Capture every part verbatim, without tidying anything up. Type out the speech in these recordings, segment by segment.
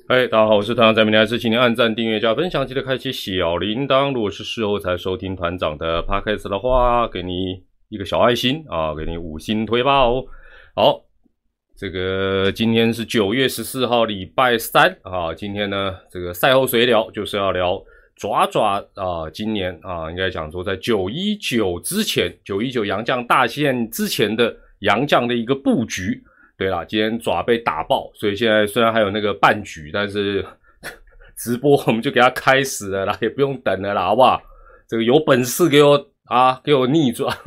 嗨，大家好，我是团长，在明天还是请您按赞、订阅、加分享，记得开启小铃铛。如果是事后才收听团长的 podcast 的话，给你一个小爱心啊，给你五星推爆哦。好，这个今天是九月十四号，礼拜三啊。今天呢，这个赛后随聊就是要聊爪爪啊，今年啊，应该讲说在九一九之前，九一九洋将大限之前的洋将的一个布局。对啦，今天爪被打爆，所以现在虽然还有那个半局，但是直播我们就给他开始了啦，也不用等了啦，好不好？这个有本事给我啊，给我逆转！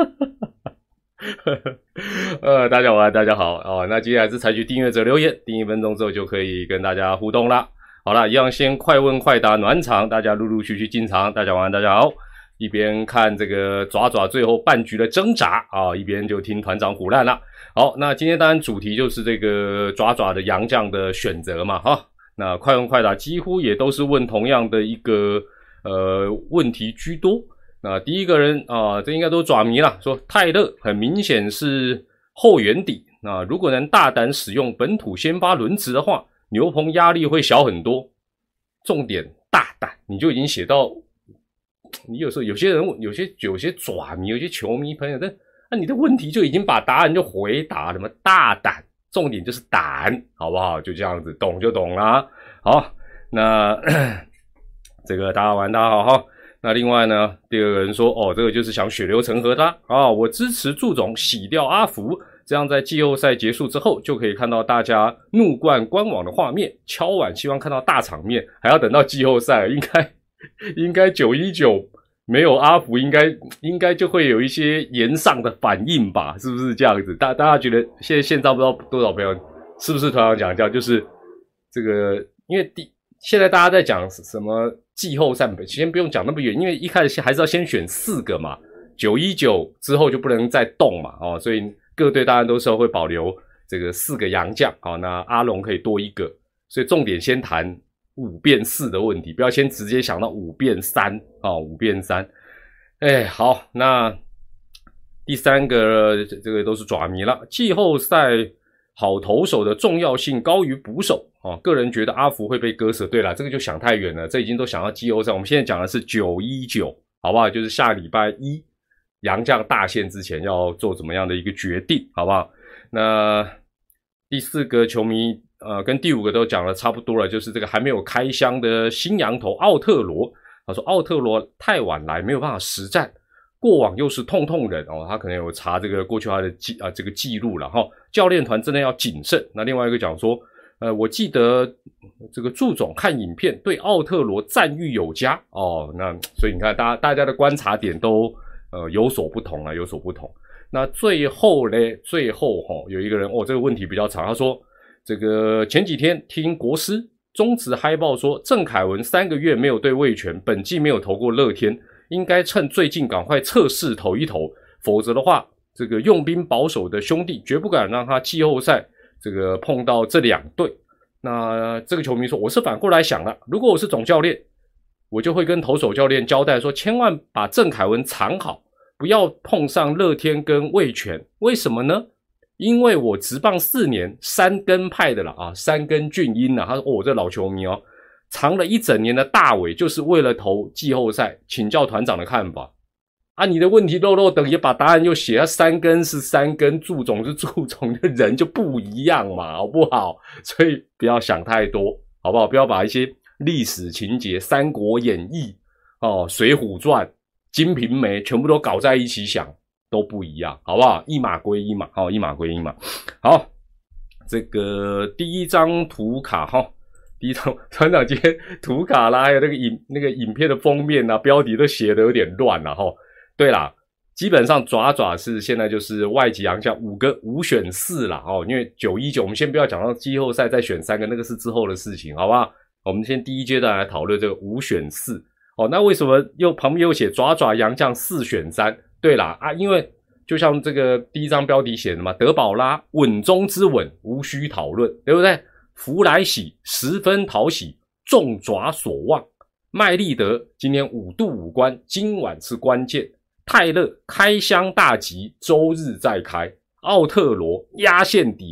呃，大家好，大家好啊、哦！那接下来是采取订阅者留言，订一分钟之后就可以跟大家互动啦。好啦，一样先快问快答暖场，大家陆陆续续进场。大家晚安，大家好。一边看这个爪爪最后半局的挣扎啊，一边就听团长唬烂啦。好，那今天当然主题就是这个爪爪的洋将的选择嘛，哈。那快问快答几乎也都是问同样的一个呃问题居多。那第一个人啊，这应该都是爪迷啦，说泰勒很明显是后援底。那如果能大胆使用本土先发轮值的话，牛棚压力会小很多。重点大胆，你就已经写到。你有时候有些人有些有些爪迷有些球迷朋友，但那、啊、你的问题就已经把答案就回答了嘛，大胆，重点就是胆，好不好？就这样子，懂就懂啦。好，那这个大家玩大家好哈。那另外呢，第二个人说，哦，这个就是想血流成河的啊、哦，我支持祝总洗掉阿福，这样在季后赛结束之后就可以看到大家怒灌官网的画面，敲碗希望看到大场面，还要等到季后赛，应该。应该九一九没有阿福，应该应该就会有一些延上的反应吧？是不是这样子？大大家觉得现在现在不知道多少朋友是不是团长讲这样？就是这个，因为第现在大家在讲什么季后赛，先不用讲那么远，因为一开始还是要先选四个嘛，九一九之后就不能再动嘛，哦，所以各队当然都是会保留这个四个洋将，好、哦，那阿龙可以多一个，所以重点先谈。五变四的问题，不要先直接想到五变三啊，五变三。哎，好，那第三个这个都是爪迷了。季后赛好投手的重要性高于捕手啊，个人觉得阿福会被割舍。对了，这个就想太远了，这已经都想到季后赛。我们现在讲的是九一九，好不好？就是下礼拜一洋将大限之前要做怎么样的一个决定，好不好？那第四个球迷。呃，跟第五个都讲了差不多了，就是这个还没有开箱的新洋头奥特罗，他说奥特罗太晚来，没有办法实战，过往又是痛痛人哦，他可能有查这个过去他的记啊、呃、这个记录了哈，教练团真的要谨慎。那另外一个讲说，呃，我记得这个祝总看影片对奥特罗赞誉有加哦，那所以你看大家大家的观察点都呃有所不同啊，有所不同。那最后呢，最后哈、哦、有一个人哦，这个问题比较长，他说。这个前几天听国师中职嗨报说，郑凯文三个月没有对味全，本季没有投过乐天，应该趁最近赶快测试投一投，否则的话，这个用兵保守的兄弟绝不敢让他季后赛这个碰到这两队。那这个球迷说，我是反过来想了，如果我是总教练，我就会跟投手教练交代说，千万把郑凯文藏好，不要碰上乐天跟味全，为什么呢？因为我职棒四年三根派的啦啊，三根俊英啊，他说哦，这老球迷哦，藏了一整年的大尾，就是为了投季后赛，请教团长的看法啊。你的问题漏漏等也把答案又写，三根是三根，祝总是祝总的人就不一样嘛，好不好？所以不要想太多，好不好？不要把一些历史情节，《三国演义》哦，《水浒传》、《金瓶梅》全部都搞在一起想。都不一样，好不好？一码归一码，好，一码归一码。好，这个第一张图卡哈，第一张团长今天图卡啦，还有那个影那个影片的封面啊，标题都写得有点乱了哈。对啦，基本上爪爪是现在就是外籍洋将五个五选四啦哦，因为九一九我们先不要讲到季后赛再选三个，那个是之后的事情，好不好？我们先第一阶段来讨论这个五选四哦。那为什么又旁边又写爪爪洋将四选三？对啦啊，因为就像这个第一张标题写的嘛，德保拉稳中之稳，无需讨论，对不对？弗莱喜十分讨喜，众爪所望。麦利德今天五度五关，今晚是关键。泰勒开箱大吉，周日再开。奥特罗压线底台，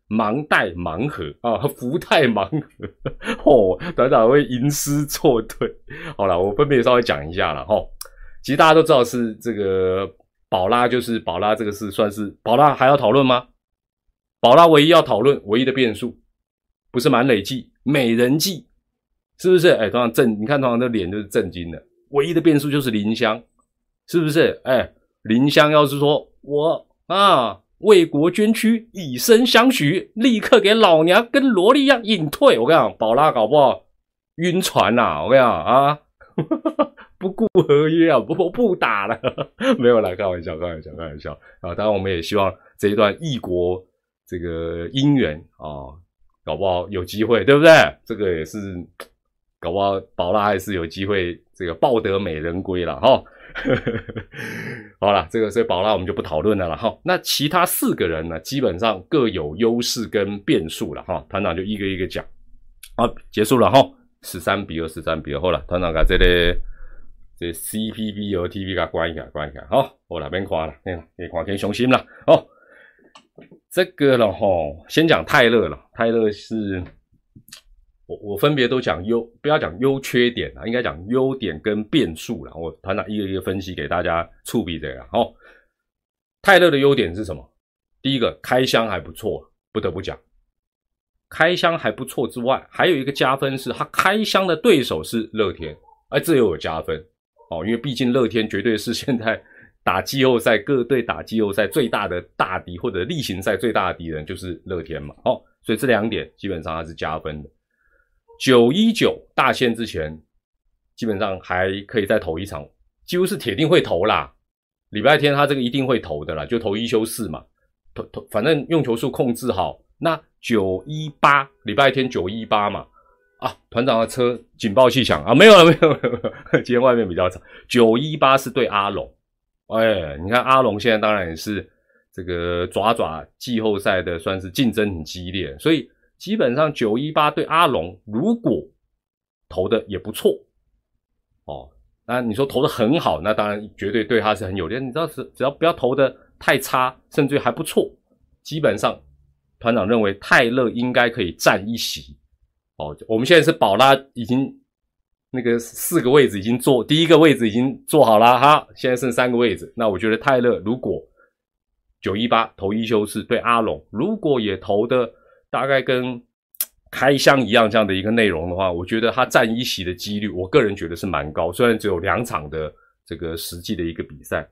盲带盲盒啊，福袋盲盒，哦，团长会吟诗作对。好啦，我分别稍微讲一下啦齁。其实大家都知道是这个宝拉，就是宝拉这个是算是宝拉还要讨论吗？宝拉唯一要讨论唯一的变数，不是满垒计，美人计，是不是？哎，通常震，你看通常的脸就是震惊的，唯一的变数就是林香，是不是？哎，林香要是说我啊。为国捐躯，以身相许，立刻给老娘跟萝莉一样隐退。我跟你讲，宝拉搞不好晕船啦！我跟你讲啊，不顾合约啊，不不打了，没有啦，开玩笑，开玩笑，开玩笑啊！当然，我们也希望这一段异国这个姻缘啊，搞不好有机会，对不对？这个也是搞不好宝拉还是有机会这个抱得美人归啦齁。好啦，这个所以宝拉我们就不讨论了啦齁。那其他四个人呢，基本上各有优势跟变数啦齁。团长就一个一个讲。好，结束了齁。十三比二，十三比二。好啦，团长把这个这 C P B 和 T V 给它关一下，关一下。好，好啦，免看啦，别看可以伤心啦。哦，这个了齁，先讲泰勒了。泰勒是。我我分别都讲优，不要讲优缺点啦，应该讲优点跟变数啦。我团长一个一个分析给大家触笔这个啦。哦，泰勒的优点是什么？第一个，开箱还不错，不得不讲，开箱还不错之外，还有一个加分是他开箱的对手是乐天，哎，这又有加分哦，因为毕竟乐天绝对是现在打季后赛各队打季后赛最大的大敌，或者例行赛最大的敌人就是乐天嘛。哦，所以这两点基本上它是加分的。九一九大限之前，基本上还可以再投一场，几乎是铁定会投啦。礼拜天他这个一定会投的啦，就投一休四嘛，投投反正用球数控制好。那九一八礼拜天九一八嘛，啊，团长的车警报器响啊，没有了没有了，没有了今天外面比较吵。九一八是对阿龙，哎，你看阿龙现在当然也是这个爪爪季后赛的算是竞争很激烈，所以。基本上九一八对阿龙如果投的也不错哦，那你说投的很好，那当然绝对对他是很有利。你知道只只要不要投的太差，甚至于还不错，基本上团长认为泰勒应该可以占一席哦。我们现在是宝拉已经那个四个位置已经做，第一个位置已经做好了哈，现在剩三个位置。那我觉得泰勒如果九一八投一休四对阿龙，如果也投的大概跟开箱一样这样的一个内容的话，我觉得他占一席的几率，我个人觉得是蛮高。虽然只有两场的这个实际的一个比赛。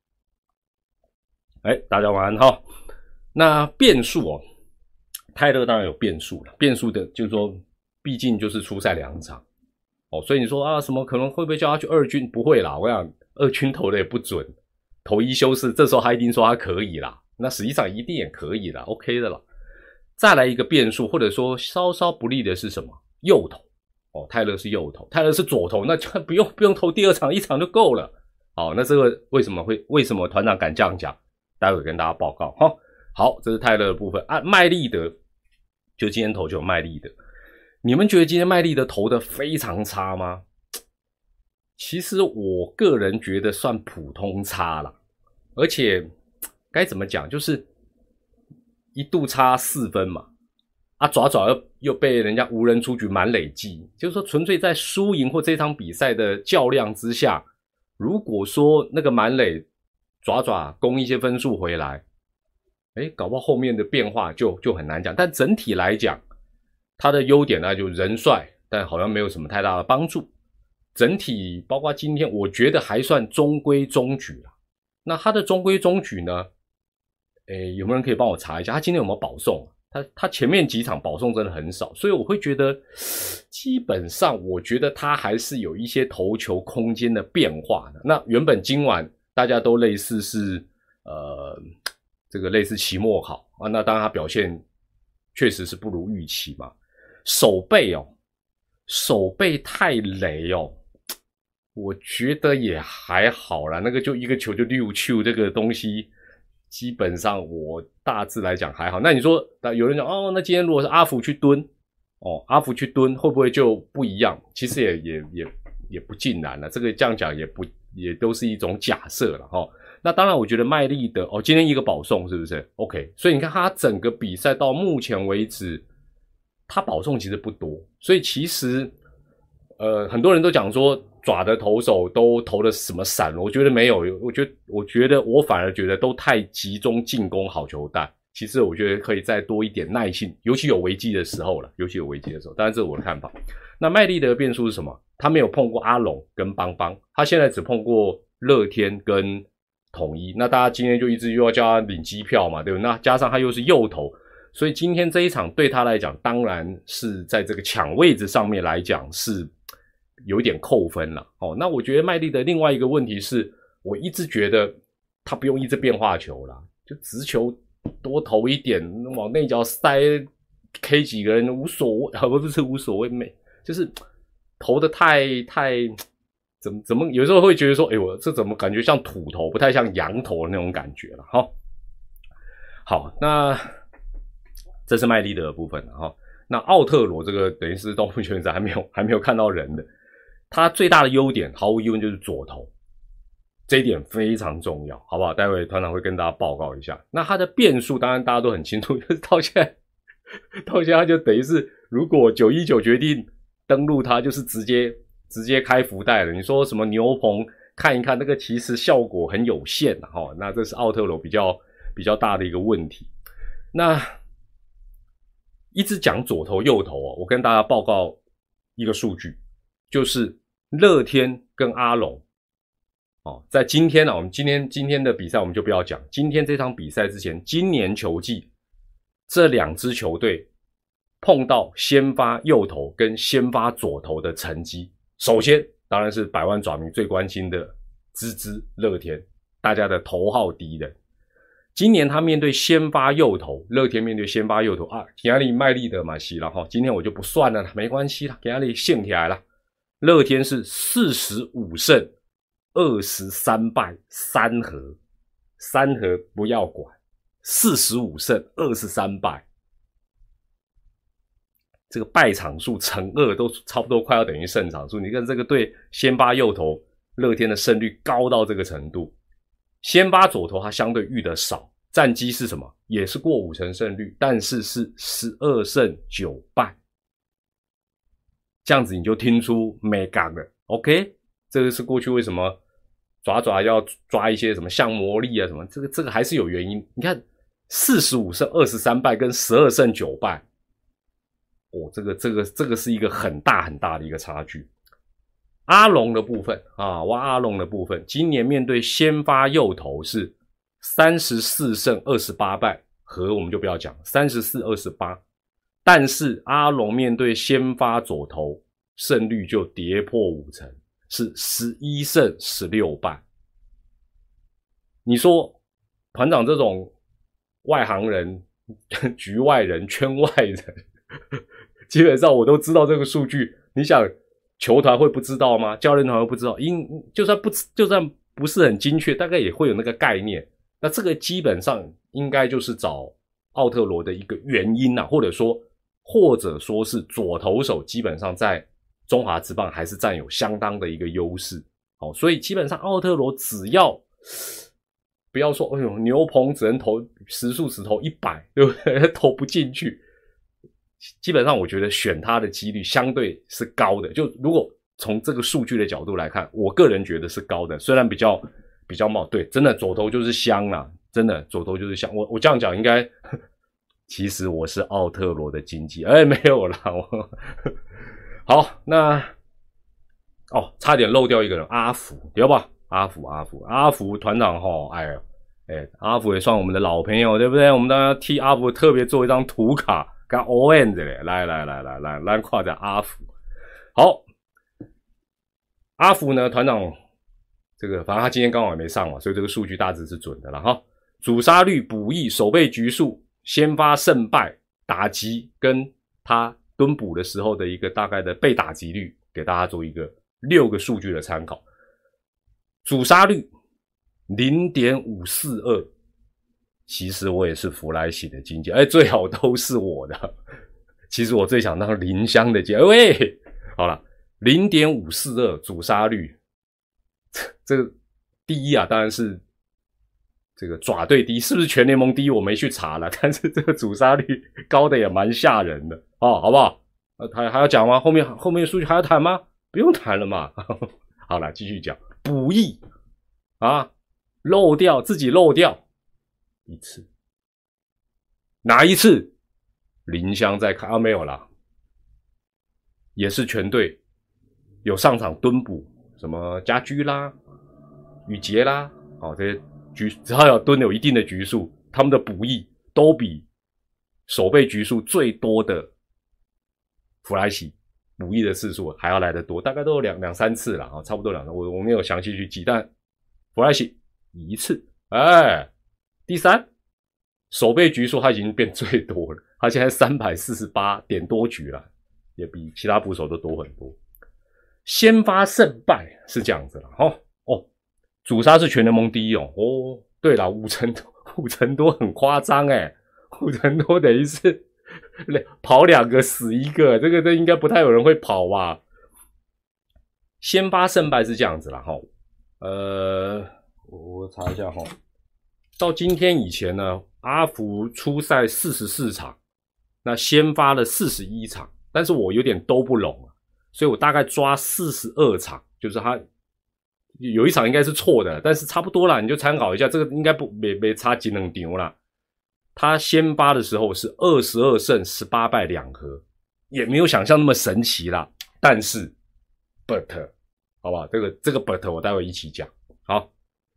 哎，大家晚安哈。那变数哦，泰勒当然有变数了。变数的就是说，毕竟就是出赛两场哦，所以你说啊，什么可能会不会叫他去二军？不会啦，我想二军投的也不准，投一休四，这时候他一定说他可以啦。那实际上一定也可以啦 ，OK 的啦。再来一个变数，或者说稍稍不利的是什么？右投哦，泰勒是右投，泰勒是左投，那就不用不用投第二场，一场就够了。好，那这个为什么会为什么团长敢这样讲？待会跟大家报告哈。好，这是泰勒的部分啊。麦利德就今天投就有麦利德，你们觉得今天麦利德投的非常差吗？其实我个人觉得算普通差啦，而且该怎么讲，就是一度差四分嘛，啊爪爪又又被人家无人出局满垒计，就是说纯粹在输赢或这场比赛的较量之下，如果说那个满垒爪爪攻一些分数回来，诶搞不好后面的变化就就很难讲。但整体来讲，他的优点呢就人帅，但好像没有什么太大的帮助。整体包括今天，我觉得还算中规中矩啦。那他的中规中矩呢？诶，有没有人可以帮我查一下，他今天有没有保送？他他前面几场保送真的很少，所以我会觉得，基本上我觉得他还是有一些投球空间的变化的。那原本今晚大家都类似是呃这个类似期末考啊，那当然他表现确实是不如预期嘛。手背哦，手背太雷哦，我觉得也还好啦，那个就一个球就溜球这个东西。基本上我大致来讲还好。那你说有人讲哦，那今天如果是阿福去蹲哦，阿福去蹲会不会就不一样？其实也也也也不尽然了。这个这样讲也不也都是一种假设了哈、哦。 那当然我觉得麦利德哦，今天一个保送是不是 OK， 所以你看他整个比赛到目前为止他保送其实不多，所以其实呃很多人都讲说爪的投手都投的什么散了，我觉得没有，我觉得我觉得我反而觉得都太集中进攻好球带，其实我觉得可以再多一点耐性，尤其有危机的时候了，尤其有危机的时候，当然这是我的看法。那麦利德的变数是什么？他没有碰过阿龙跟邦邦，他现在只碰过乐天跟统一，那大家今天就一直又要叫他领机票嘛，对不对？那加上他又是右投，所以今天这一场对他来讲，当然是在这个抢位置上面来讲是有一点扣分了。哦，那我觉得麦利的另外一个问题是，我一直觉得他不用一直变化球啦，就直球多投一点，往内角塞 K 几个人无所谓，不是无所谓，没就是投的太太。怎么怎么有时候会觉得说，哎，我这怎么感觉像土投，不太像洋投的那种感觉了哈。好，那这是麦利德的部分哈。那奥特罗这个等于是到目前为止还没有还没有看到人的，他最大的优点毫无疑问就是左投，这一点非常重要，好不好？待会团长会跟大家报告一下。那他的变数当然大家都很清楚，就是到现在到现在就等于是，如果九一九决定登陆他，就是直接。直接开福袋了，你说什么牛棚看一看，那个其实效果很有限啊，齁，那这是奥特罗比较比较大的一个问题。那一直讲左投右投哦，我跟大家报告一个数据，就是乐天跟阿龙哦，在今天啊，我们今天今天的比赛我们就不要讲，今天这场比赛之前，今年球季这两支球队碰到先发右投跟先发左投的成绩。首先当然是百万爪迷最关心的芝芝乐天，大家的头号敌人。今年他面对先发右投，乐天面对先发右投啊，给他里麦利德嘛西了哈，今天我就不算了，没关系啦，给他里兴起来了。乐天是四十五胜二十三败三和，三和不要管，四十五胜二十三败。这个败场数乘二都差不多快要等于胜场数，你看这个对先发右投乐天的胜率高到这个程度，先发左投他相对遇的少，战绩是什么？也是过五成胜率，但是是十二胜九败，这样子你就听出美感了 ，OK？ 这个是过去为什么爪爪要抓一些什么像魔力啊什么，这个这个还是有原因。你看四十五胜二十三败跟十二胜九败。哦，这个这个这个是一个很大很大的一个差距。阿龙的部分啊，挖阿龙的部分，今年面对先发右投是三十四胜二十八败，和我们就不要讲三十四二十八，但是阿龙面对先发左投胜率就跌破五成，是十一胜十六败。你说团长这种外行人、局外人、圈外人。基本上我都知道这个数据，你想球团会不知道吗？教练团会不知道？因就算不就算不是很精确，大概也会有那个概念。那这个基本上应该就是找奥特罗的一个原因啊，或者说或者说是左投手基本上在中华职棒还是占有相当的一个优势。好，所以基本上奥特罗只要不要说，哎呦牛棚只能投时速只投一百，对不对？投不进去。基本上我觉得选他的几率相对是高的，就如果从这个数据的角度来看，我个人觉得是高的，虽然比较比较冒，对，真的左投就是香啦，真的左投就是香。我我这样讲应该，其实我是奥特罗的经纪，哎，没有啦，我好，那哦，差点漏掉一个人，阿福，对吧？阿福，阿福，阿福团长齁，哎呀，哎，阿福也算我们的老朋友，对不对？我们当然要替阿福特别做一张图卡。跟 O N 的嘞，来来来来来，来看一下阿福。好，阿福呢，团长，这个反正他今天刚好也没上嘛，所以这个数据大致是准的了哈。主杀率、补益、守备局数、先发胜败、打击，跟他蹲捕的时候的一个大概的被打击率，给大家做一个六个数据的参考。主杀率 零点五四二。其实我也是弗莱喜的经纪，哎，最好都是我的。其实我最想当林香的经纪，喂，好了 ，零点五四二 主杀率，这个第一啊，当然是这个爪队第一，是不是全联盟第一？我没去查了，但是这个阻杀率高的也蛮吓人的哦，好不好？呃，还还要讲吗？后面后面的数据还要谈吗？不用谈了嘛。好了，继续讲补益啊，漏掉自己漏掉一次，哪一次？林香在看啊，没有啦，也是全队有上场蹲补，什么家居啦、宇杰啦，哦，这些局只要有蹲有一定的局数，他们的补益都比守备局数最多的弗莱西补益的次数还要来得多，大概都有两两三次啦，差不多两次，我我没有详细去记，但弗莱西一次，哎，第三，守备局数他已经变最多了，他现在三百四十八点多局了，也比其他捕手都多很多。先发胜败是这样子啦，哦哦，主杀是全联盟第一哦，哦，对啦，五成多，五成多很夸张诶，五成多等于是跑两个死一个，这个这应该不太有人会跑吧？先发胜败是这样子啦，哈，呃，我查一下哈，到今天以前呢，阿福出赛四十四场，那先发了四十一场，但是我有点都不拢，所以我大概抓四十二场，就是他有一场应该是错的，但是差不多啦，你就参考一下，这个应该不没没差几两场啦。他先发的时候是二十二胜十八败两和，也没有想象那么神奇啦。但是 but 好吧，这个这个 but 我待会一起讲。好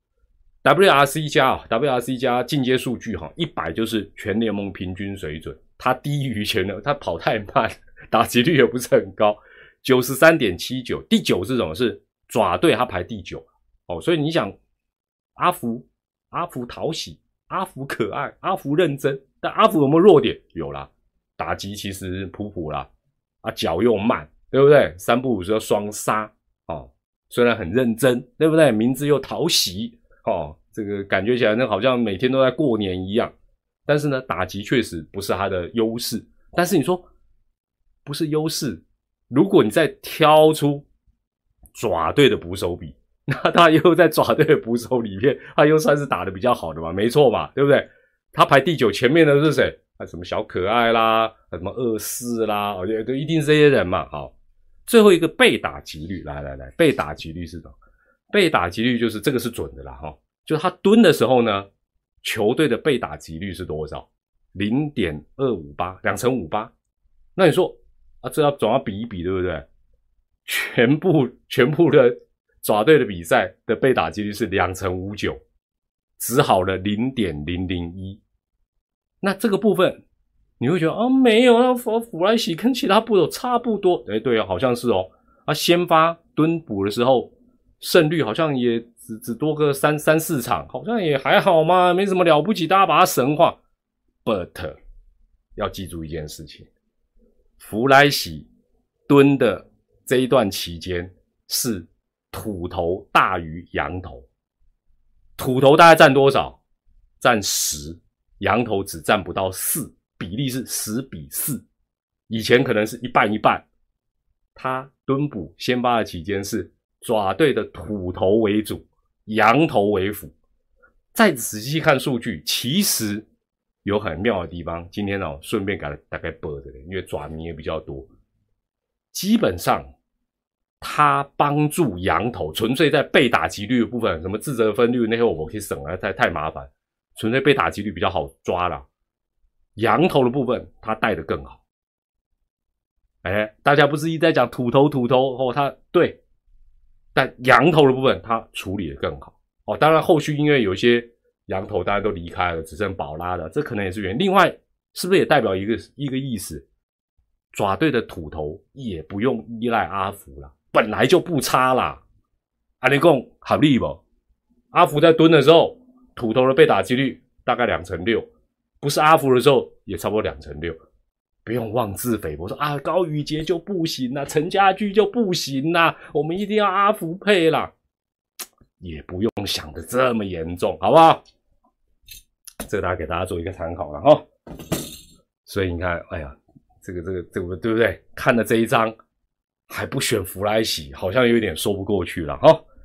，W R C 加啊 ，W R C 加进阶数据哈，一百就是全联盟平均水准，他低于全联盟，他跑太慢，打击率也不是很高， 九十三点七九， 第九这种是爪队他排第九哦，所以你想阿福阿福讨喜。阿福可爱，阿福认真，但阿福有没有弱点？有啦，打击其实普普啦，啊脚又慢，对不对？三不五时要双杀哦，虽然很认真，对不对？名字又讨喜哦，这个感觉起来那好像每天都在过年一样。但是呢，打击确实不是他的优势。但是你说不是优势，如果你再挑出爪队的捕手比。那他又在爪队的捕手里面，他又算是打得比较好的嘛，没错嘛，对不对？他排第九，前面的是谁？啊，什么小可爱啦，什么二四啦，哦，都一定是这些人嘛。好，最后一个被打击率，来来来，被打击率是什么？被打击率就是这个是准的啦，哈，就是他蹲的时候呢，球队的被打击率是多少？ 零点二五八， 两成五八。那你说啊，这要总要比一比，对不对？全部全部的。爪队的比赛的被打击率是两成五九，只好了 零点零零一。那这个部分你会觉得啊，没有啊，弗弗莱西跟其他捕手差不多。诶，对啊，好像是哦。啊，先发蹲捕的时候胜率好像也只只多个三三四场，好像也还好嘛，没什么了不起，大家把它神化。But 要记住一件事情，弗莱西蹲的这一段期间是土头大于洋头，土头大概占多少？占十，洋头只占不到四，比例是十比四。以前可能是一半一半。他蹲捕先发的期间是爪队的土头为主，洋头为辅。再仔细看数据，其实有很妙的地方。今天哦，顺便给大概播的，因为爪迷也比较多。基本上。他帮助洋头，纯粹在被打击率的部分，什么自责分率那些我们可以省了，太太麻烦。纯粹被打击率比较好抓啦。洋头的部分他带得更好。哎，大家不是一直在讲土头土头哦，他对，但洋头的部分他处理得更好哦。当然后续因为有些洋头大家都离开了，只剩宝拉了，这可能也是原因。另外，是不是也代表一个一个意思？爪队的土头也不用依赖阿福啦。本来就不差啦，按你讲合理不？阿福在蹲的时候，土头的被打击率大概两成六，不是阿福的时候也差不多两成六。不用妄自菲薄说啊，高宇杰就不行啦，陈家驹就不行啦，我们一定要阿福配啦，也不用想的这么严重，好不好？这个大家给大家做一个参考了哈。所以你看，哎呀，这个这个这个对不对？看了这一张。还不选弗莱西，好像有点说不过去了哈。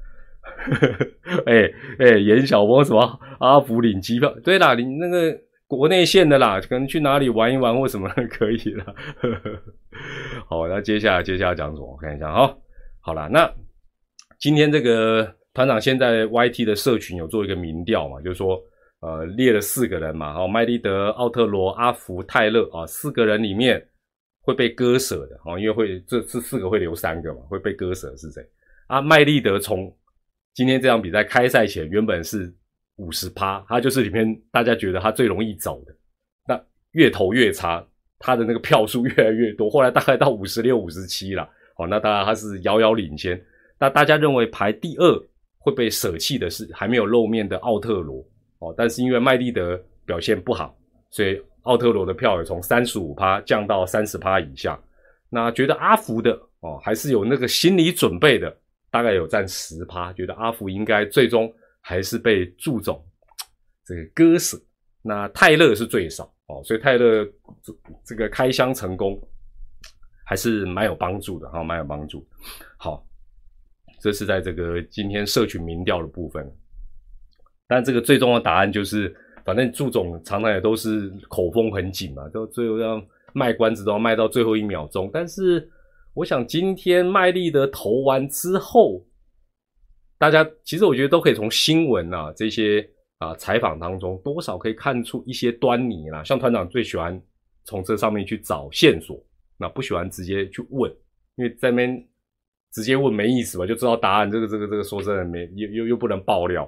哎哎，严小波什么阿福领机票？对啦，你那个国内线的啦，可能去哪里玩一玩或什么可以啦。好，那接下来接下来讲什么？我看一下哈。好啦，那今天这个团长现在 Y T 的社群有做一个民调嘛，就是说呃列了四个人嘛，哦，麦利德、奥特罗、阿福、泰勒啊，四个人里面会被割舍的哦，因为会这这四个会留三个嘛，会被割舍是谁？啊，麦利德从今天这场比赛开赛前原本是 百分之五十， 他就是里面大家觉得他最容易走的，那越投越差，他的那个票数越来越多，后来大概到五十六、五十七啦。好，那当然他是遥遥领先。那大家认为排第二会被舍弃的是还没有露面的奥特罗哦，但是因为麦利德表现不好，所以奥特罗的票也从 百分之三十五 降到 百分之三十 以下。那觉得阿福的哦还是有那个心理准备的，大概有占 百分之十， 觉得阿福应该最终还是被祝总这个割舍。那泰勒是最少哦，所以泰勒这个开箱成功还是蛮有帮助的哈，蛮有帮助。好，这是在这个今天社群民调的部分。但这个最终的答案就是，反正祝总常常也都是口风很紧嘛，都最后要卖关子都要卖到最后一秒钟。但是我想今天麦利德投完之后，大家其实我觉得都可以从新闻啊这些啊采访当中多少可以看出一些端倪啦。像团长最喜欢从这上面去找线索。那不喜欢直接去问，因为在那边直接问没意思吧，就知道答案。这个这个这个说真的没又又又不能爆料。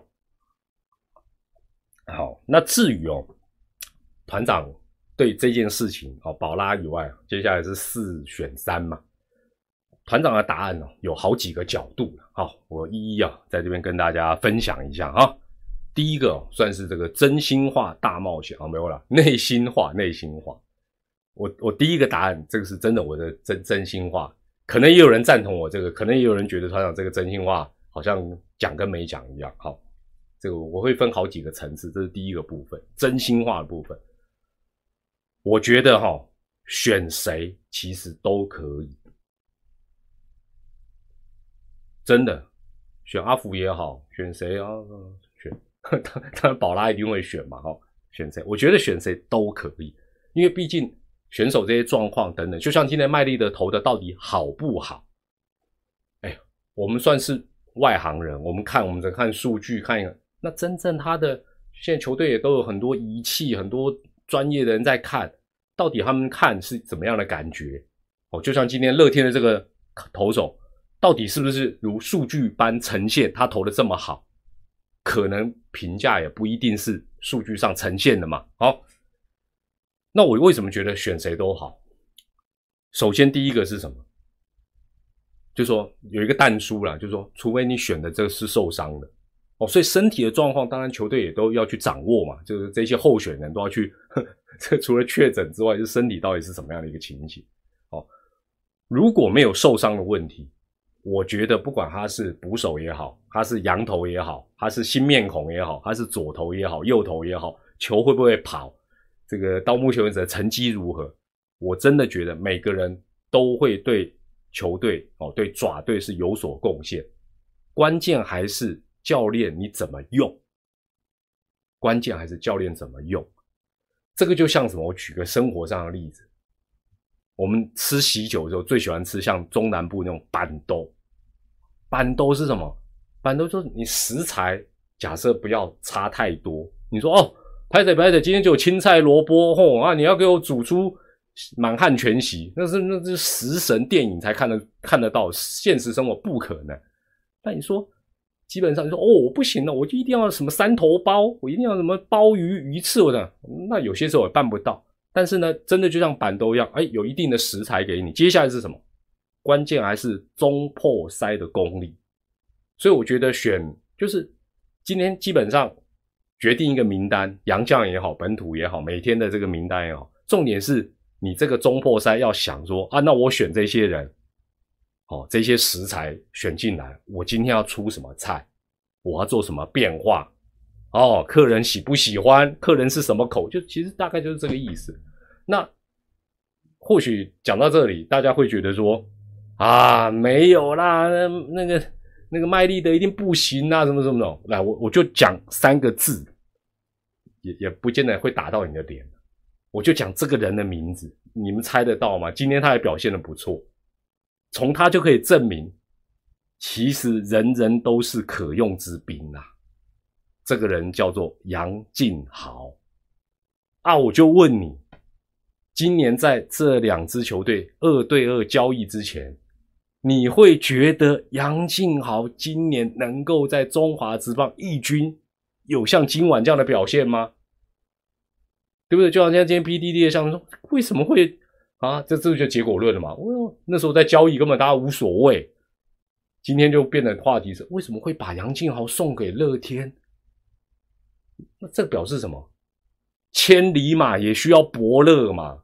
好，那至于哦，团长对这件事情哦，宝拉以外，接下来是四选三嘛。团长的答案哦，有好几个角度，好，我一一啊在这边跟大家分享一下哈。第一个、哦、算是这个真心话大冒险啊，没有啦，内心话内心话。我我第一个答案，这个是真的，我的真真心话，可能也有人赞同我这个，可能也有人觉得团长这个真心话好像讲跟没讲一样。好，这个我会分好几个层次，这是第一个部分，真心话的部分。我觉得哈，选谁其实都可以，真的，选阿福也好，选谁啊？选，当然宝拉一定会选嘛，哈，选谁？我觉得选谁都可以，因为毕竟。选手这些状况等等，就像今天麦利德投的到底好不好？哎，我们算是外行人，我们看我们在看数据，看一个，那真正他的现在球队也都有很多仪器，很多专业的人在看，到底他们看是怎么样的感觉？哦，就像今天乐天的这个投手，到底是不是如数据般呈现他投的这么好？可能评价也不一定是数据上呈现的嘛。好。那我为什么觉得选谁都好？首先第一个是什么？就是说有一个但书啦，就是说除非你选的这个是受伤的哦，所以身体的状况当然球队也都要去掌握嘛，就是这些候选人都要去，呵这除了确诊之外，就是身体到底是什么样的一个情形哦。如果没有受伤的问题，我觉得不管他是捕手也好，他是洋投也好，他是新面孔也好，他是左投也好，右投也好，球会不会跑？这个到目前为止的成绩如何？我真的觉得每个人都会对球队哦，对爪队是有所贡献。关键还是教练你怎么用，关键还是教练怎么用。这个就像什么？我举个生活上的例子，我们吃喜酒的时候最喜欢吃像中南部那种板豆。板豆是什么？板豆就是你食材假设不要差太多，你说哦。拍着拍着，今天就有青菜萝卜吼啊！你要给我煮出满汉全席，那是那是食神电影才看得看得到，现实生活不可能。那你说，基本上你说哦，我不行了，我就一定要什么三头鲍，我一定要什么鲍鱼鱼翅，我的那有些时候也办不到。但是呢，真的就像板豆一样，哎，有一定的食材给你。接下来是什么？关键还是中破塞的功力。所以我觉得选就是今天基本上。决定一个名单，洋将也好，本土也好，每天的这个名单也好，重点是你这个中破塞要想说啊，那我选这些人，哦，这些食材选进来，我今天要出什么菜，我要做什么变化，哦，客人喜不喜欢，客人是什么口，就其实大概就是这个意思。那或许讲到这里，大家会觉得说啊，没有啦，那那个那个麦利德一定不行啊，什么什么的。来，我我就讲三个字，也也不见得会打到你的脸。我就讲这个人的名字，你们猜得到吗？今天他也表现得不错，从他就可以证明，其实人人都是可用之兵啊。这个人叫做杨敬豪啊，我就问你，今年在这两支球队二对二交易之前，你会觉得杨敬豪今年能够在中华职棒一军有像今晚这样的表现吗？对不对？就好像今天 P D D 的项目说，为什么会啊？这这就结果论了嘛。那时候在交易根本大家无所谓，今天就变成话题是为什么会把杨敬豪送给乐天？那这表示什么？千里马也需要伯乐嘛。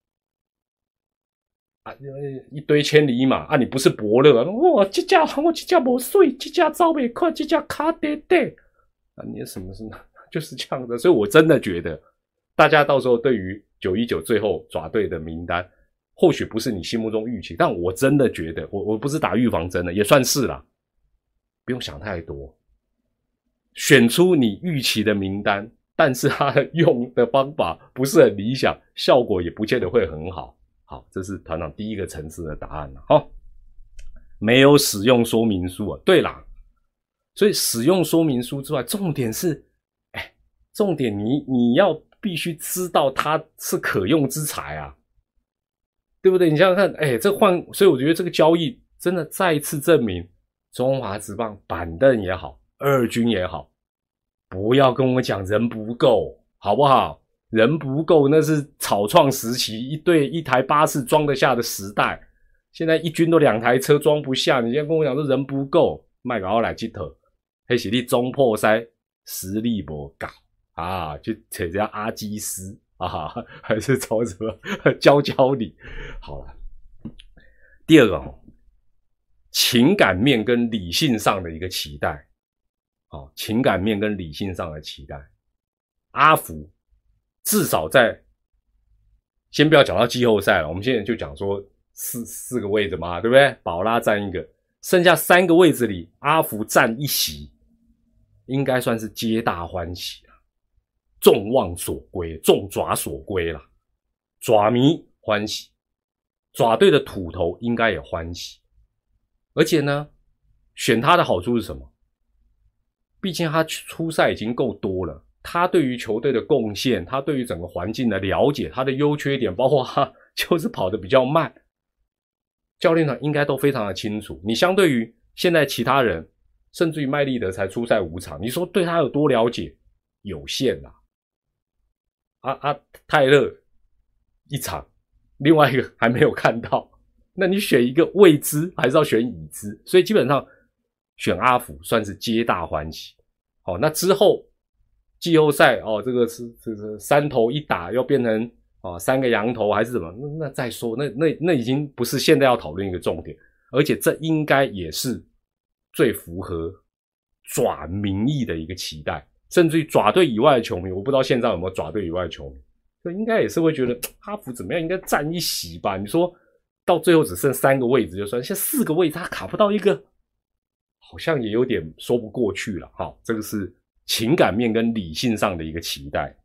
啊，一堆千里马啊！你不是伯乐，哇，这架我这架没水，这架走不快，这架卡爹爹啊！你什么什么就是这样的，所以我真的觉得，大家到时候对于九一九最后爪队的名单，或许不是你心目中预期，但我真的觉得，我我不是打预防针的，也算是啦，不用想太多，选出你预期的名单，但是他用的方法不是很理想，效果也不见得会很好。好，这是团长第一个层次的答案了。齁，没有使用说明书啊。对啦，所以使用说明书之外，重点是，哎，重点你你要必须知道它是可用之材啊，对不对？你想想看，哎，这换，所以我觉得这个交易真的再一次证明，中华职棒板凳也好，二军也好，不要跟我讲人不够，好不好？人不够，那是草创时期一队一台巴士装得下的时代。现在一军都两台车装不下，你现在跟我讲说人不够，卖给我来这头，那是你中破塞实力不够啊，去扯人家阿基斯啊，还是找什么教教你？好了，第二个哦，情感面跟理性上的一个期待，哦，情感面跟理性上的期待，阿福。至少在，先不要讲到季后赛了，我们现在就讲说四四个位置嘛，对不对？宝拉占一个，剩下三个位置里，阿福占一席，应该算是皆大欢喜了，众望所归，众爪所归了，爪迷欢喜，爪队的土头应该也欢喜，而且呢，选他的好处是什么？毕竟他出赛已经够多了。他对于球队的贡献，他对于整个环境的了解，他的优缺点，包括他就是跑得比较慢，教练团应该都非常的清楚。你相对于现在其他人，甚至于麦利德才出赛五场，你说对他有多了解？有限啦。啊啊，泰勒一场，另外一个还没有看到，那你选一个未知，还是要选已知？所以基本上选阿福算是皆大欢喜。好，那之后。季后赛哦，这个是这个三头一打要变成啊三个羊头还是什么？那那再说，那那那已经不是现在要讨论一个重点，而且这应该也是最符合爪民意的一个期待，甚至于爪队以外的球迷，我不知道现在有没有爪队以外的球迷，所以应该也是会觉得阿福怎么样，应该占一席吧？你说到最后只剩三个位置就算，现在四个位置他卡不到一个，好像也有点说不过去了。好，这个是。情感面跟理性上的一个期待，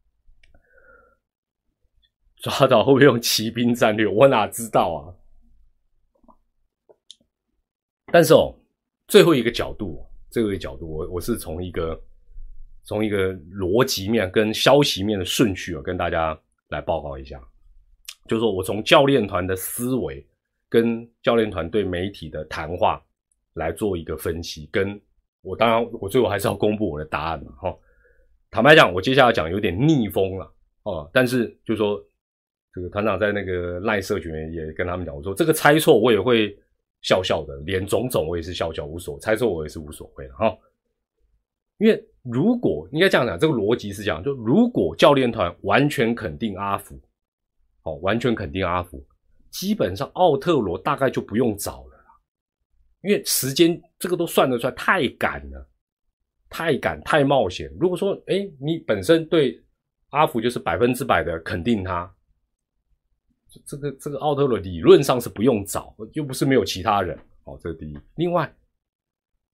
抓到会不会用骑兵战略？我哪知道啊！但是哦，最后一个角度，最后一个角度，我我是从一个从一个逻辑面跟消息面的顺序啊，跟大家来报告一下。就是说我从教练团的思维跟教练团对媒体的谈话来做一个分析，跟。我当然，我最后还是要公布我的答案嘛，齁。坦白讲，我接下来讲有点逆风了，哦，但是就是说，这个团长在那个赖社群也跟他们讲，我说这个猜错我也会笑笑的，连种种我也是笑笑无所，猜错我也是无所谓的，齁。因为如果应该这样讲，这个逻辑是这样，就如果教练团完全肯定阿福，哦，完全肯定阿福，基本上奥特罗大概就不用找了。因为时间这个都算得出来，太赶了，太赶太冒险。如果说，诶，你本身对阿福就是百分之百的肯定他，这个这个奥特罗理论上是不用找，又不是没有其他人。好，这是第一。另外，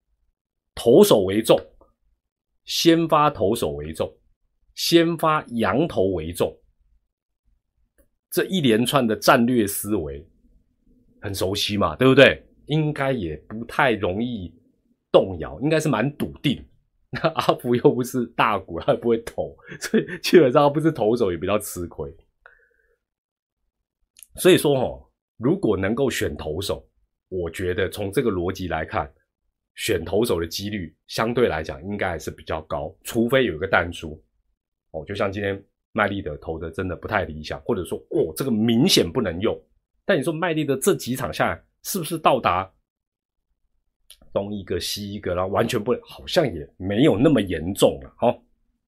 投手为重，先发投手为重，先发洋投为重，这一连串的战略思维很熟悉嘛，对不对？应该也不太容易动摇，应该是蛮笃定。那阿福又不是大股，他也不会投，所以基本上不是投手也比较吃亏。所以说齁，如果能够选投手，我觉得从这个逻辑来看，选投手的几率相对来讲应该还是比较高，除非有一个淡出哦，就像今天麦利德投的真的不太理想，或者说哦这个明显不能用。但你说麦利德这几场下来是不是到达东一个西一个，然后完全不好像也没有那么严重了齁。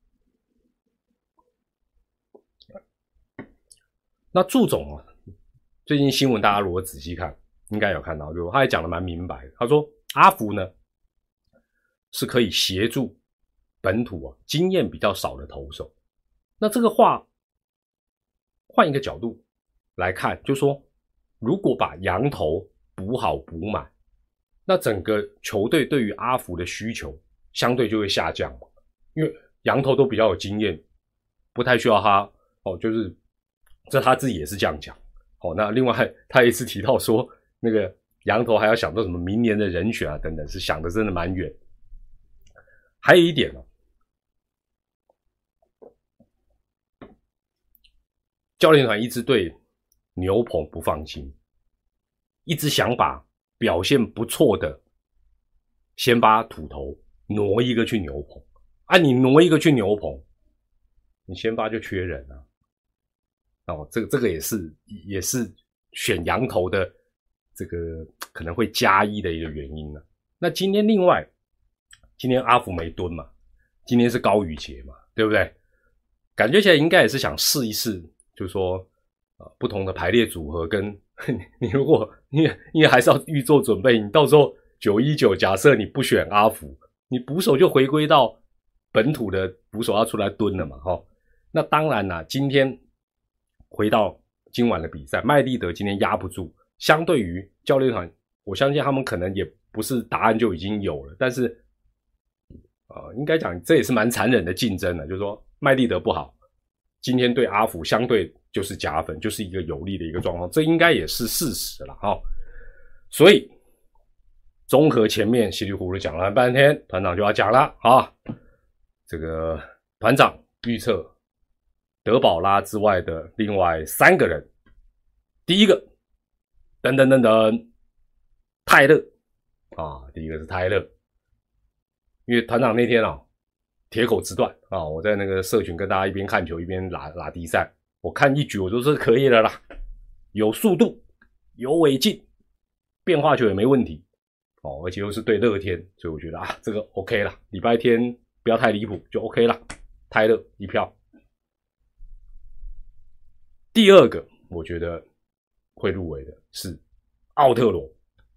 那祝总啊，最近新闻大家如果仔细看，应该有看到，就他也讲得蛮明白的。他说阿福呢是可以协助本土啊经验比较少的投手。那这个话换一个角度来看，就说如果把洋投补好补满，那整个球队对于阿福的需求相对就会下降嘛，因为洋投都比较有经验，不太需要他哦，就是这他自己也是这样讲。哦，那另外他也是提到说，那个洋投还要想到什么明年的人选啊等等，是想的真的蛮远。还有一点哦，教练团一直对牛棚不放心，一直想把表现不错的先把土头挪一个去牛棚啊，你挪一个去牛棚，你先发就缺人啊。哦，这个这个也是也是选洋投的这个可能会加一的一个原因呢、啊。那今天另外，今天阿福没蹲嘛，今天是高宇杰嘛，对不对？感觉起来应该也是想试一试，就是说呃不同的排列组合跟你如果你因为还是要预做准备，你到时候九一九假设你不选阿福，你捕手就回归到本土的捕手要出来蹲了嘛，齁。那当然啦，今天回到今晚的比赛，麦利德今天压不住，相对于教练团，我相信他们可能也不是答案就已经有了，但是呃，应该讲这也是蛮残忍的竞争的，就是说麦利德不好，今天对阿福相对就是加分，就是一个有利的一个状况，这应该也是事实了齁。所以综合前面稀里糊涂讲了半天，团长就要讲了啊，这个团长预测德保拉之外的另外三个人，第一个，噔噔噔噔，泰勒啊，第一个是泰勒，因为团长那天啊，铁口直断啊，我在那个社群跟大家一边看球一边拉拉低赛，我看一局我说这可以了啦，有速度，有尾劲，变化球也没问题哦，而且又是对乐天，所以我觉得啊，这个 OK 啦，礼拜天不要太离谱就 OK 啦，泰勒一票。第二个我觉得会入围的是奥特罗，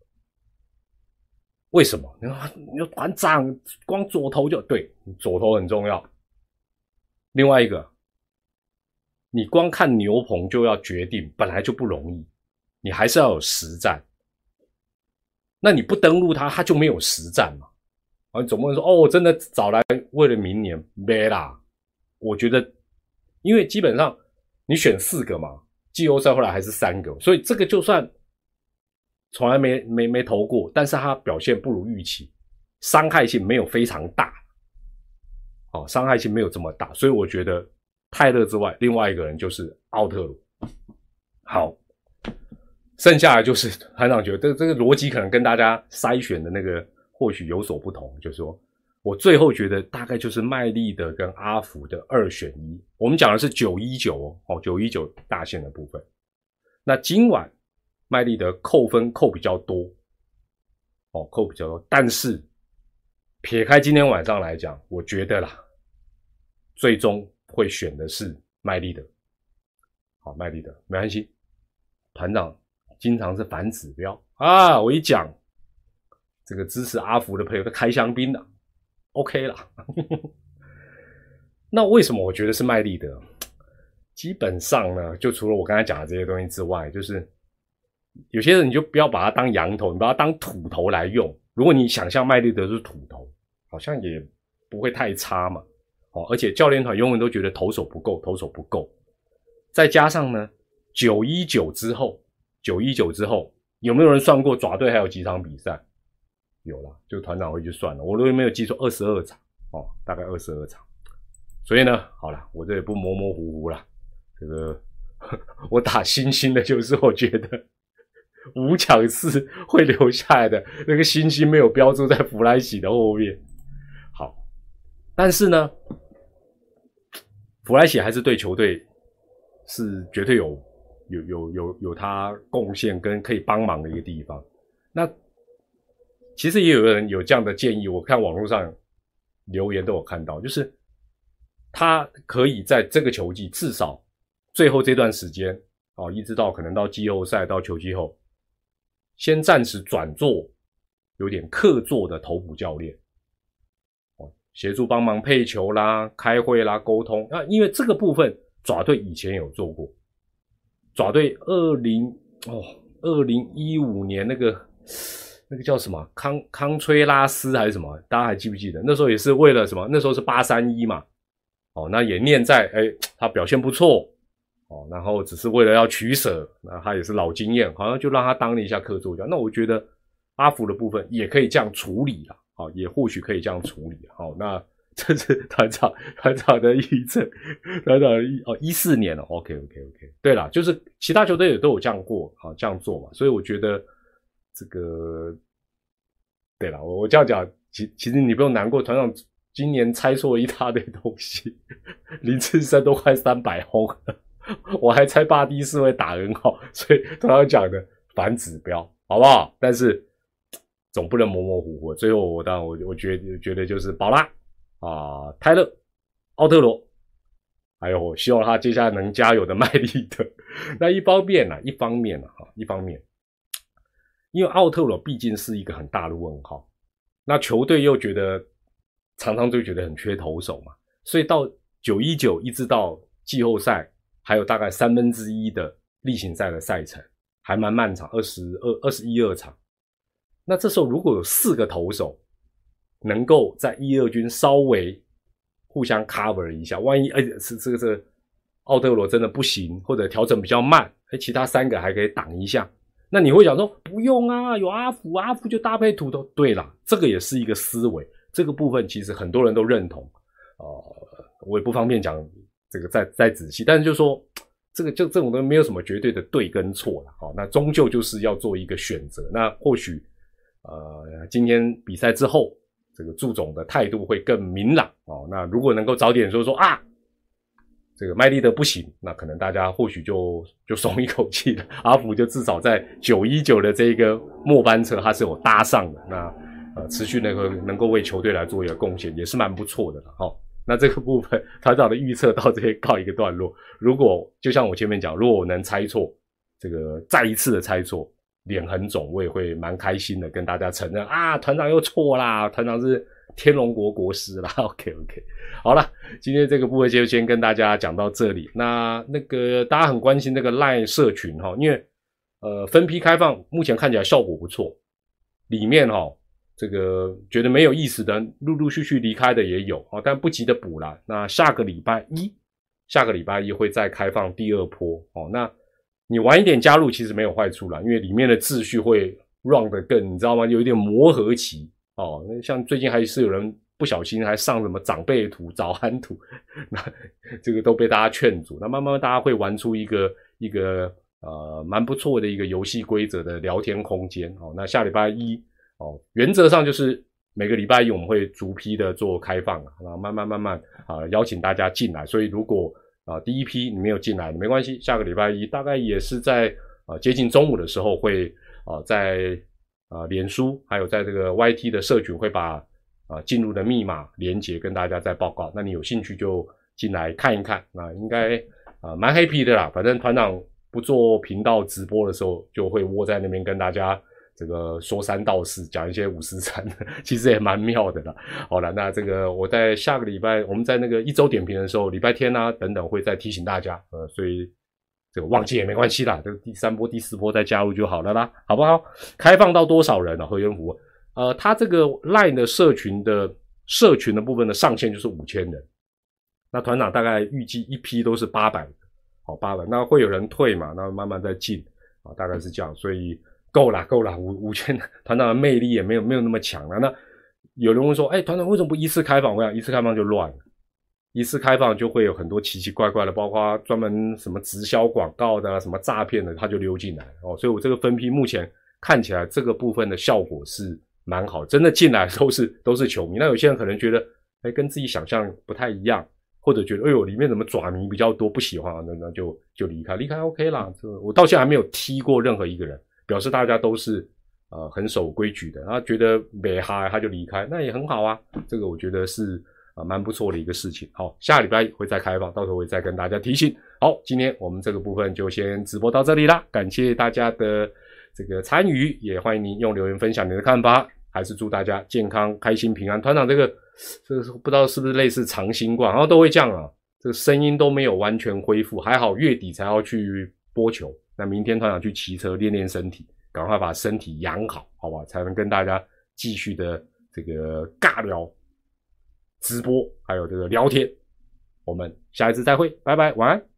为什么？你说你说团长光左投就对，左投很重要。另外一个，你光看牛棚就要决定，本来就不容易，你还是要有实战。那你不登录他，他就没有实战嘛？啊，你总不能说哦，真的找来为了明年没啦？我觉得，因为基本上。你选四个嘛，季后赛后来还是三个，所以这个就算从来没没没投过，但是他表现不如预期，伤害性没有非常大，哦，伤害性没有这么大，所以我觉得泰勒之外，另外一个人就是奥特罗。好，剩下来就是团长觉得这个这个逻辑可能跟大家筛选的那个或许有所不同，就是说。我最后觉得大概就是麦利德跟阿福的二选一，我们讲的是九一九哦，九一九大线的部分。那今晚麦利德扣分扣比较多，哦，扣比较多，但是撇开今天晚上来讲，我觉得啦，最终会选的是麦利德。好，麦利德没关系，团长经常是反指标啊，我一讲这个支持阿福的朋友都开香槟了。OK 啦，那为什么我觉得是麦利德？基本上呢，就除了我刚才讲的这些东西之外，就是有些人你就不要把它当洋头，你把它当土头来用。如果你想象麦利德是土头， 好像也不会太差嘛。哦，而且教练团永远都觉得投手不够，投手不够。再加上呢，九一九之后，九一九之后，有没有人算过爪队还有几场比赛？有啦，就团长会去算了。我都没有记错，二十二场哦，大概二十二场。所以呢，好了，我这也不模模糊糊啦。这个我打星星的就是我觉得五抢四会留下来的那个星星没有标注在弗莱喜的后面。好，但是呢，弗莱喜还是对球队是绝对有有有有有他贡献跟可以帮忙的一个地方。那其实也有人有这样的建议，我看网络上留言都有看到，就是他可以在这个球季至少最后这段时间哦，一直到可能到季后赛到球季后，先暂时转做有点客座的投捕教练，哦，协助帮忙配球啦、开会啦、沟通。那因为这个部分爪队以前有做过，爪队二零哦二零一五年那个。那个叫什么康康吹拉斯还是什么？大家还记不记得？那时候也是为了什么？那时候是八三一嘛，哦，那也念在哎，他表现不错哦，然后只是为了要取舍，那他也是老经验，好像就让他当了一下客座教。那我觉得阿福的部分也可以这样处理啦，好，也或许可以这样处理。好，那这是团长团长的预测，团长的哦一四年了 ，OK OK OK。对啦，就是其他球队也都有这样过，好这样做嘛，所以我觉得。这个对了，我我这样讲，其其实你不用难过，团长今年猜错了一大堆东西，林志胜都快三百轰了，我还猜巴蒂斯会打很好，所以团长讲的反指标，好不好？但是总不能模模糊糊。最后我当然我我觉得觉得就是宝拉啊、泰勒、奥特罗，还有我希望他接下来能加油的麦利的。那一方面啊，一方面啊，一方面。因为奥特罗毕竟是一个很大的问号，那球队又觉得常常就觉得很缺投手嘛，所以到九一九一直到季后赛，还有大概三分之一的例行赛的赛程，还蛮漫长，二十二、二十一二场。那这时候如果有四个投手能够在一二军稍微互相 cover 一下，万一哎是这个这个奥特罗真的不行，或者调整比较慢，哎其他三个还可以挡一下。那你会讲说不用啊，有阿福，阿福就搭配土豆。对啦，这个也是一个思维，这个部分其实很多人都认同。呃，我也不方便讲这个再再仔细，但是就说这个就这种东西没有什么绝对的对跟错啦。好，那终究就是要做一个选择。那或许呃今天比赛之后，这个祝总的态度会更明朗哦。那如果能够早点说说啊。这个麦利德不行，那可能大家或许就就松一口气了。阿福就至少在九一九的这个末班车，他是有搭上的。那呃，持续能够能够为球队来做一个贡献，也是蛮不错的了哈。那这个部分团长的预测到这边告一个段落。如果就像我前面讲，如果我能猜错，这个再一次的猜错，脸很肿，我也会蛮开心的跟大家承认啊，团长又错啦，团长是天龙国国师啦。OK OK。好了，今天这个部分就先跟大家讲到这里。那那个大家很关心那个 LINE 社群哈，因为呃分批开放，目前看起来效果不错。里面哈这个觉得没有意思的，陆陆续续离开的也有啊，但不急的补啦。那下个礼拜一，下个礼拜一会再开放第二波哦。那你晚一点加入其实没有坏处啦，因为里面的秩序会 run 得更，你知道吗？有一点磨合期哦。像最近还是有人。不小心还上什么长辈图、早安图，那这个都被大家劝阻。那慢慢大家会玩出一个一个呃蛮不错的一个游戏规则的聊天空间哦。那下礼拜一哦，原则上就是每个礼拜一我们会逐批的做开放，然后慢慢慢慢啊、呃、邀请大家进来。所以如果啊、呃、第一批你没有进来，没关系，下个礼拜一大概也是在啊、呃、接近中午的时候会啊、呃、在啊、呃、脸书还有在这个 Y T 的社群会把。啊，进入的密码连结跟大家再报告，那你有兴趣就进来看一看，那应该啊蛮 happy 的啦。反正团长不做频道直播的时候，就会窝在那边跟大家这个说三道四，讲一些五四三的，其实也蛮妙的啦。好了，那这个我在下个礼拜，我们在那个一周点评的时候，礼拜天啊等等会再提醒大家，呃，所以这个忘记也没关系啦，这个第三波、第四波再加入就好了啦，好不好？开放到多少人啊？会员服务？呃，他这个 LINE 的社群的社群的部分的上限就是五千人，那团长大概预计一批都是八百，好八百，那会有人退嘛，那慢慢再进啊，大概是这样，所以够啦够啦，五五千团长的魅力也没有没有那么强了。那有人问说，哎，团长为什么不一次开放？我想一次开放就乱了，一次开放就会有很多奇奇怪怪的，包括专门什么直销广告的、啊、什么诈骗的，他就溜进来哦。所以我这个分批目前看起来这个部分的效果是蛮好，真的进来都是都是球迷。那有些人可能觉得，哎，跟自己想象不太一样，或者觉得，哎呦，里面怎么爪迷比较多，不喜欢，那那就就离开，离开 OK 啦。这我到现在还没有踢过任何一个人，表示大家都是呃很守规矩的，然后觉得没哈他就离开，那也很好啊。这个我觉得是啊蛮不错的一个事情。好，下礼拜会再开放，到时候会再跟大家提醒。好，今天我们这个部分就先直播到这里啦，感谢大家的这个参与，也欢迎您用留言分享你的看法，还是祝大家健康、开心、平安。团长这个这个不知道是不是类似长新冠，然后都会这样啊，这个声音都没有完全恢复，还好月底才要去播球，那明天团长去骑车练练身体，赶快把身体养好，好吧，才能跟大家继续的这个尬聊、直播，还有这个聊天。我们下一次再会，拜拜，晚安。